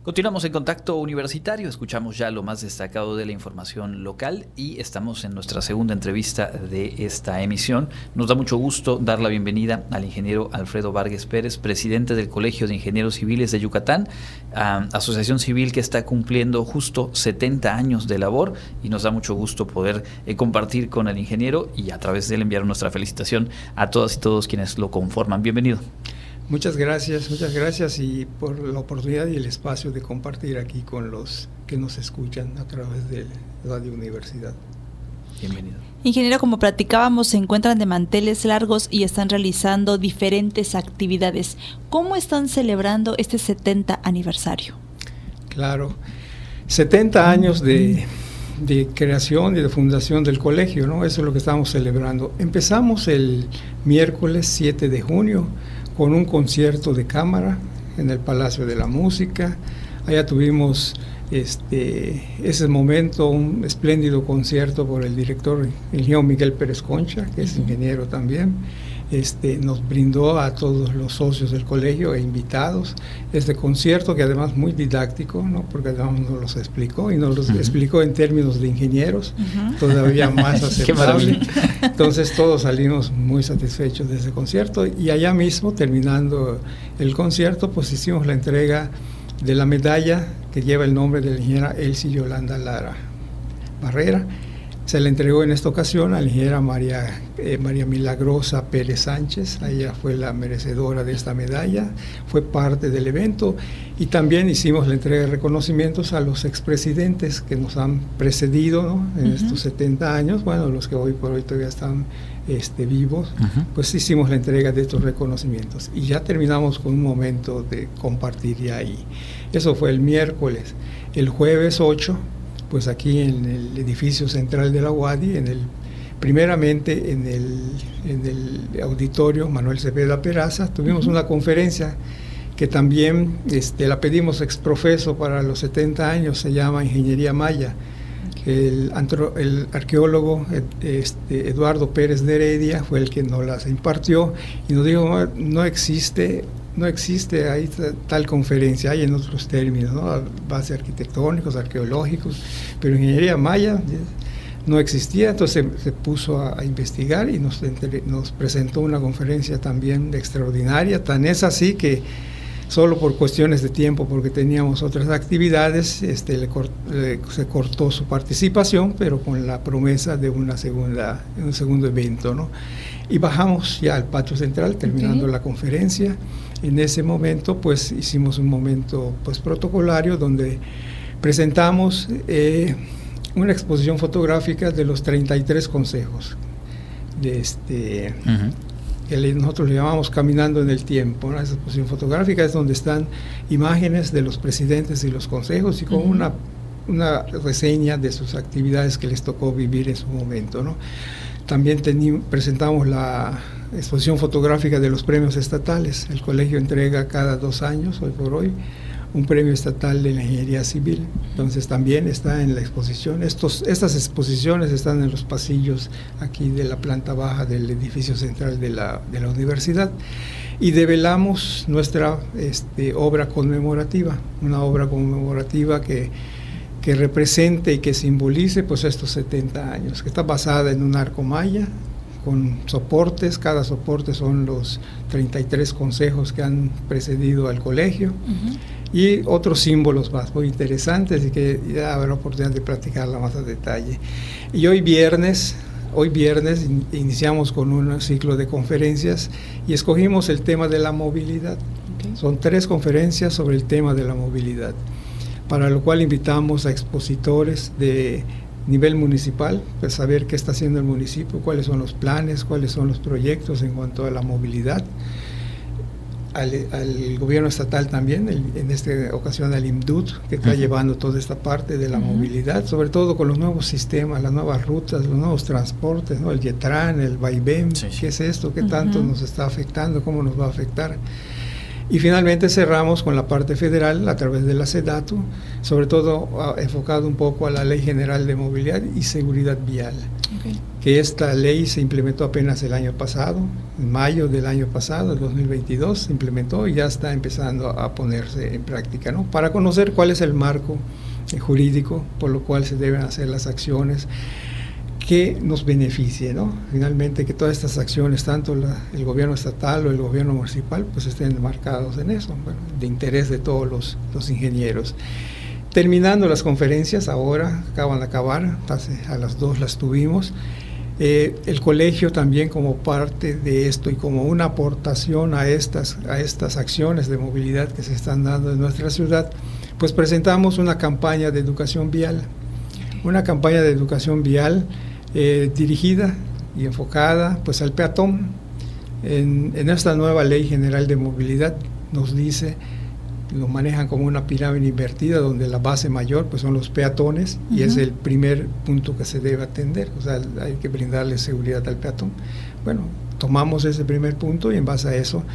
Continuamos en Contacto Universitario, escuchamos ya lo más destacado de la información local y estamos en nuestra segunda entrevista de esta emisión. Nos da mucho gusto dar la bienvenida al ingeniero Alfredo Vargas Pérez, presidente del Colegio de Ingenieros Civiles de Yucatán, asociación civil que está cumpliendo justo 70 años de labor, y nos da mucho gusto poder compartir con el ingeniero y a través de él enviar nuestra felicitación a todas y todos quienes lo conforman. Bienvenido. Muchas gracias y por la oportunidad y el espacio de compartir aquí con los que nos escuchan a través de Radio Universidad. Bienvenido. Ingeniero, como platicábamos, se encuentran de manteles largos y están realizando diferentes actividades. ¿Cómo están celebrando este 70 aniversario? Claro, 70 años de creación y de fundación del colegio, ¿no? Eso es lo que estamos celebrando. Empezamos el miércoles 7 de junio con un concierto de cámara en el Palacio de la Música. Allá tuvimos ese momento, un espléndido concierto por el director, el ingeniero Miguel Pérez Concha, que es ingeniero también. Nos brindó a todos los socios del colegio e invitados este concierto, que además muy didáctico, ¿no? Porque además nos los explicó y nos los explicó en términos de ingenieros, todavía más aceptable. Entonces todos salimos muy satisfechos de ese concierto, y allá mismo, terminando el concierto, pues hicimos la entrega de la medalla que lleva el nombre de la ingeniera Elsie Yolanda Lara Barrera. Se le entregó en esta ocasión a la ingeniera María Milagrosa Pérez Sánchez. Ella fue la merecedora de esta medalla, fue parte del evento, y también hicimos la entrega de reconocimientos a los expresidentes que nos han precedido, ¿no? En estos 70 años, bueno, los que hoy por hoy todavía están vivos, pues hicimos la entrega de estos reconocimientos y ya terminamos con un momento de compartir ya ahí. Eso fue el miércoles. El jueves 8, pues aquí en el edificio central de la UADY, primeramente en el auditorio Manuel Cepeda Peraza, tuvimos una conferencia que también la pedimos exprofeso para los 70 años, se llama Ingeniería Maya. El arqueólogo Eduardo Pérez de Heredia fue el que nos las impartió y nos dijo: no existe ahí tal conferencia, hay en otros términos, ¿no? Bases arquitectónicos, arqueológicos, pero ingeniería maya no existía. Entonces se puso a investigar y nos presentó una conferencia también extraordinaria. Tan es así que solo por cuestiones de tiempo, porque teníamos otras actividades, se cortó su participación, pero con la promesa de un segundo evento, ¿no? Y bajamos ya al patio central, terminando la conferencia. En ese momento, pues, hicimos un momento, pues, protocolario, donde presentamos una exposición fotográfica de los 33 consejos que nosotros le llamamos Caminando en el Tiempo, ¿no? Esa exposición fotográfica es donde están imágenes de los presidentes y los consejos, y con una reseña de sus actividades que les tocó vivir en su momento, ¿no? También presentamos la exposición fotográfica de los premios estatales. El colegio entrega cada 2 años, hoy por hoy, un premio estatal de la ingeniería civil. Entonces también está en la exposición. Estas exposiciones están en los pasillos aquí de la planta baja del edificio central de la universidad. Y develamos nuestra obra conmemorativa, una obra conmemorativa que represente y que simbolice, pues, estos 70 años, que está basada en un arco maya, con soportes. Cada soporte son los 33 consejos que han precedido al colegio, y otros símbolos más muy interesantes, y que ya habrá oportunidad de platicarla más a detalle. Y hoy viernes iniciamos con un ciclo de conferencias y escogimos el tema de la movilidad. Son 3 conferencias sobre el tema de la movilidad, para lo cual invitamos a expositores de nivel municipal, para saber qué está haciendo el municipio, cuáles son los planes, cuáles son los proyectos en cuanto a la movilidad. Al gobierno estatal también, en esta ocasión al IMDUT, que está llevando toda esta parte de la movilidad, sobre todo con los nuevos sistemas, las nuevas rutas, los nuevos transportes, ¿no? El YETRAN, el vaivén, ¿qué es esto? ¿Qué tanto nos está afectando? ¿Cómo nos va a afectar? Y finalmente cerramos con la parte federal a través de la SEDATU, sobre todo enfocado un poco a la Ley General de Movilidad y Seguridad Vial, que esta ley se implementó apenas el año pasado, en mayo del año pasado, el 2022, se implementó y ya está empezando a ponerse en práctica, ¿no? Para conocer cuál es el marco jurídico por lo cual se deben hacer las acciones que nos beneficie, ¿no? Finalmente que todas estas acciones, tanto el gobierno estatal o el gobierno municipal, pues estén enmarcados en eso, bueno, de interés de todos los ingenieros. Terminando las conferencias, ahora acaban de acabar, a las 2 las tuvimos. El colegio también como parte de esto y como una aportación a estas acciones de movilidad que se están dando en nuestra ciudad, pues presentamos una campaña de educación vial. Una campaña de educación vial dirigida y enfocada pues al peatón. En esta nueva Ley General de Movilidad nos dice, lo manejan como una pirámide invertida donde la base mayor pues son los peatones y es el primer punto que se debe atender, o sea, hay que brindarle seguridad al peatón. Bueno, tomamos ese primer punto y en base a eso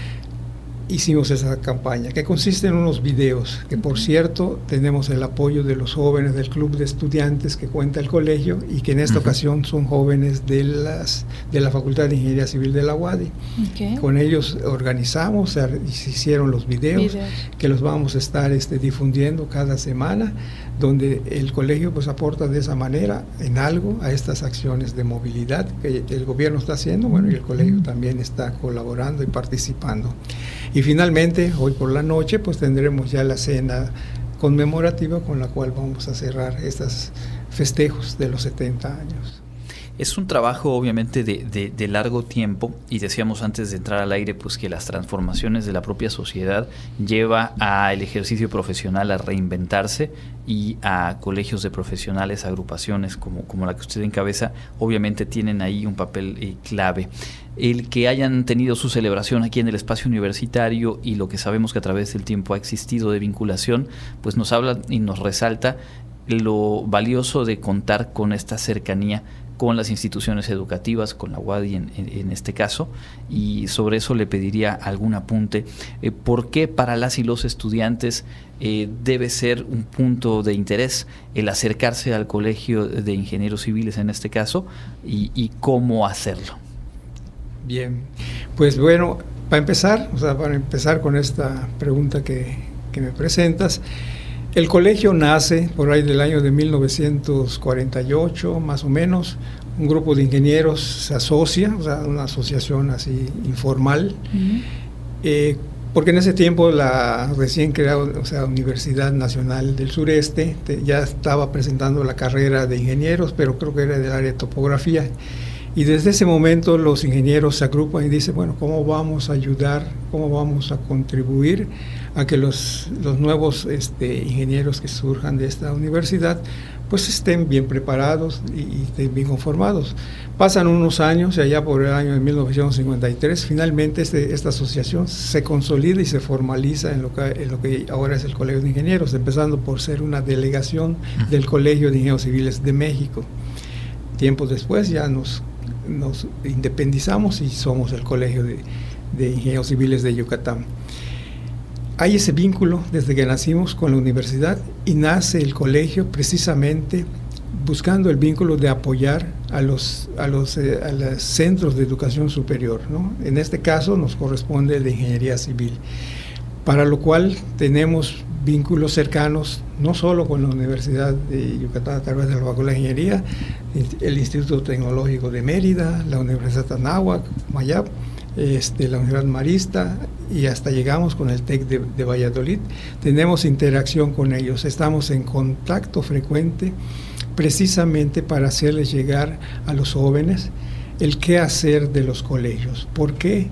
hicimos esa campaña, que consiste en unos videos, que por cierto tenemos el apoyo de los jóvenes del club de estudiantes que cuenta el colegio y que en esta ocasión son jóvenes de la Facultad de Ingeniería Civil de la UADY. Con ellos organizamos y se hicieron los videos que los vamos a estar difundiendo cada semana, donde el colegio pues aporta de esa manera en algo a estas acciones de movilidad que el gobierno está haciendo, bueno, y el colegio también está colaborando y participando. Y finalmente, hoy por la noche, pues tendremos ya la cena conmemorativa con la cual vamos a cerrar estos festejos de los 70 años. Es un trabajo obviamente de largo tiempo y decíamos antes de entrar al aire pues que las transformaciones de la propia sociedad lleva al ejercicio profesional a reinventarse y a colegios de profesionales, agrupaciones como la que usted encabeza, obviamente tienen ahí un papel clave. El que hayan tenido su celebración aquí en el espacio universitario y lo que sabemos que a través del tiempo ha existido de vinculación, pues nos habla y nos resalta lo valioso de contar con esta cercanía con las instituciones educativas, con la UADY en este caso, y sobre eso le pediría algún apunte. ¿Por qué para las y los estudiantes debe ser un punto de interés el acercarse al Colegio de Ingenieros Civiles en este caso y cómo hacerlo? Bien, pues bueno, para empezar con esta pregunta que me presentas, el colegio nace por ahí del año de 1948, más o menos. Un grupo de ingenieros se asocia, o sea, una asociación así informal, porque en ese tiempo la recién creada, o sea, Universidad Nacional del Sureste ya estaba presentando la carrera de ingenieros, pero creo que era del área de topografía. Y desde ese momento los ingenieros se agrupan y dicen, bueno, ¿cómo vamos a ayudar, cómo vamos a contribuir a que los nuevos ingenieros que surjan de esta universidad pues estén bien preparados y estén bien conformados? Pasan unos años y allá por el año de 1953 finalmente esta asociación se consolida y se formaliza en lo que ahora es el Colegio de Ingenieros, empezando por ser una delegación del Colegio de Ingenieros Civiles de México. Tiempos después ya nos independizamos y somos el Colegio de Ingenieros Civiles de Yucatán. Hay ese vínculo desde que nacimos con la universidad y nace el colegio precisamente buscando el vínculo de apoyar a los centros de educación superior, ¿no? En este caso nos corresponde el de Ingeniería Civil, para lo cual tenemos vínculos cercanos no solo con la Universidad de Yucatán a través de la Facultad de Ingeniería, el Instituto Tecnológico de Mérida, la Universidad de Anáhuac, Mayab, la Universidad Marista y hasta llegamos con el TEC de Valladolid. Tenemos interacción con ellos, estamos en contacto frecuente precisamente para hacerles llegar a los jóvenes el qué hacer de los colegios, por qué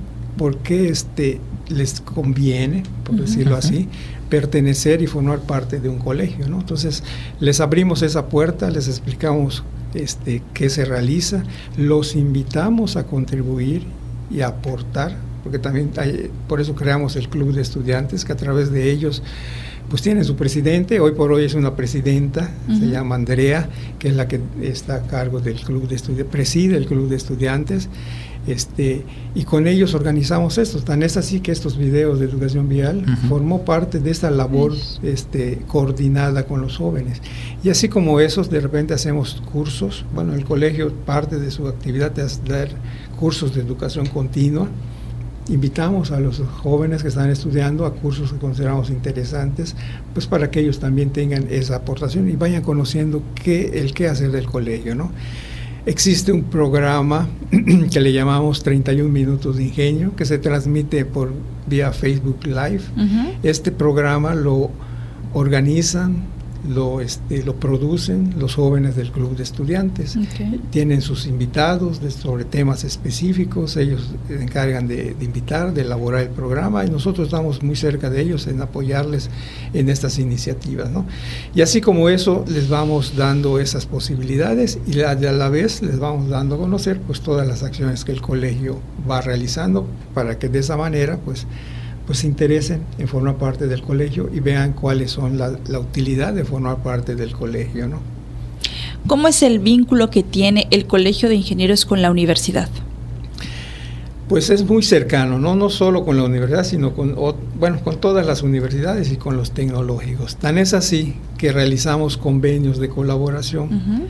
les conviene, por decirlo así, pertenecer y formar parte de un colegio, ¿no? Entonces les abrimos esa puerta, les explicamos qué se realiza, los invitamos a contribuir y a aportar, porque también por eso creamos el club de estudiantes, que a través de ellos pues tienen su presidente, hoy por hoy es una presidenta, se llama Andrea, que es la que está a cargo del club de estudiantes, preside el club de estudiantes, Y con ellos organizamos esto. Tan es así que estos videos de educación vial formó parte de esta labor coordinada con los jóvenes. Y así como esos, de repente hacemos cursos. Bueno, el colegio, parte de su actividad es dar cursos de educación continua. Invitamos a los jóvenes que están estudiando a cursos que consideramos interesantes, pues para que ellos también tengan esa aportación y vayan conociendo el qué hacer del colegio, ¿no? Existe un programa que le llamamos 31 Minutos de Ingenio, que se transmite vía Facebook Live. Este programa lo organizan, lo producen los jóvenes del Club de Estudiantes. Tienen sus invitados sobre temas específicos, ellos se encargan de invitar, de elaborar el programa, y nosotros estamos muy cerca de ellos en apoyarles en estas iniciativas, ¿no? Y así como eso, les vamos dando esas posibilidades y a la vez les vamos dando a conocer pues todas las acciones que el colegio va realizando, para que de esa manera pues se interesen en formar parte del colegio y vean cuáles son la utilidad de formar parte del colegio, ¿no? ¿Cómo es el vínculo que tiene el Colegio de Ingenieros con la universidad? Pues es muy cercano, no solo con la universidad, sino con todas las universidades y con los tecnológicos. Tan es así que realizamos convenios de colaboración.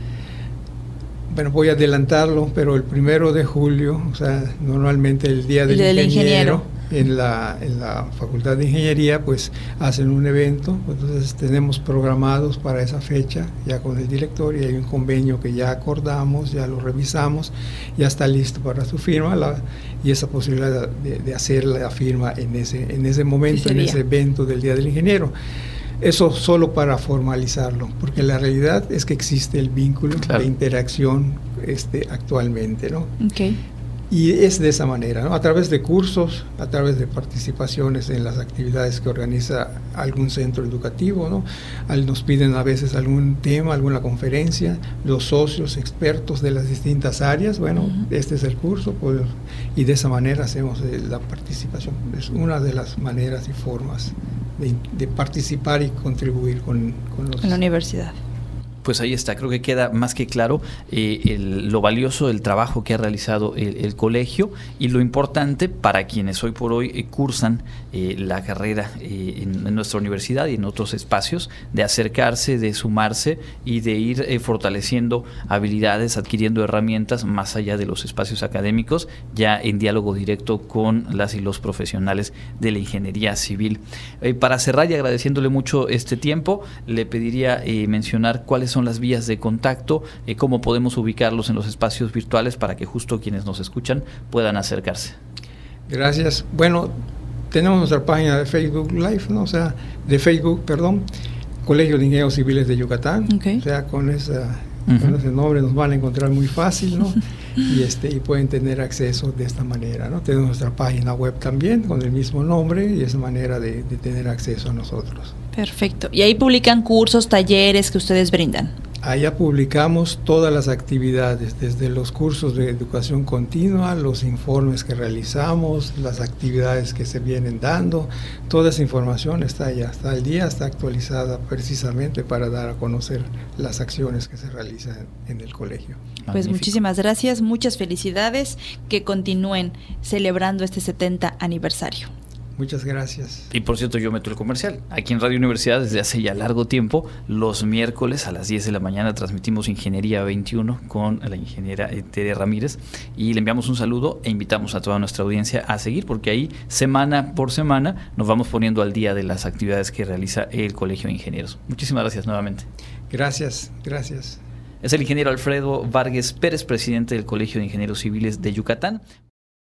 Bueno, voy a adelantarlo, pero el 1 de julio, o sea, normalmente el Día del Ingeniero. En la Facultad de Ingeniería pues hacen un evento, entonces tenemos programados para esa fecha ya con el director, y hay un convenio que ya acordamos, ya lo revisamos, ya está listo para su firma, y esa posibilidad de hacer la firma en ese momento, en ese evento del Día del Ingeniero. Eso solo para formalizarlo, porque la realidad es que existe el vínculo de interacción actualmente, ¿no? Y es de esa manera, ¿no? A través de cursos, a través de participaciones en las actividades que organiza algún centro educativo, ¿no? Nos piden a veces algún tema, alguna conferencia, los socios, expertos de las distintas áreas, bueno, este es el curso, pues, y de esa manera hacemos la participación. Es una de las maneras y formas de participar y contribuir con la universidad. Pues ahí está, creo que queda más que claro lo valioso del trabajo que ha realizado el colegio y lo importante para quienes hoy por hoy cursan la carrera en nuestra universidad y en otros espacios, de acercarse, de sumarse y de ir fortaleciendo habilidades, adquiriendo herramientas más allá de los espacios académicos, ya en diálogo directo con las y los profesionales de la ingeniería civil. Para cerrar y agradeciéndole mucho este tiempo, le pediría mencionar cuáles son las vías de contacto, cómo podemos ubicarlos en los espacios virtuales para que justo quienes nos escuchan puedan acercarse. Gracias. Bueno, tenemos nuestra página de Facebook Live, ¿no? O sea, Colegio de Ingenieros Civiles de Yucatán. O sea, con ese nombre nos van a encontrar muy fácil, ¿no? Y pueden tener acceso de esta manera, ¿no? Tenemos nuestra página web también con el mismo nombre y esa manera de tener acceso a nosotros. Perfecto. ¿Y ahí publican cursos, talleres que ustedes brindan? Allá publicamos todas las actividades, desde los cursos de educación continua, los informes que realizamos, las actividades que se vienen dando, toda esa información está allá, está al día, está actualizada precisamente para dar a conocer las acciones que se realizan en el colegio. Pues magnífico. Muchísimas gracias, muchas felicidades, que continúen celebrando este 70 aniversario. Muchas gracias. Y por cierto, yo meto el comercial. Aquí en Radio Universidad desde hace ya largo tiempo, los miércoles a las 10 de la mañana transmitimos Ingeniería 21 con la ingeniera Tere Ramírez y le enviamos un saludo e invitamos a toda nuestra audiencia a seguir, porque ahí semana por semana nos vamos poniendo al día de las actividades que realiza el Colegio de Ingenieros. Muchísimas gracias nuevamente. Gracias. Es el ingeniero Alfredo Vargas Pérez, presidente del Colegio de Ingenieros Civiles de Yucatán.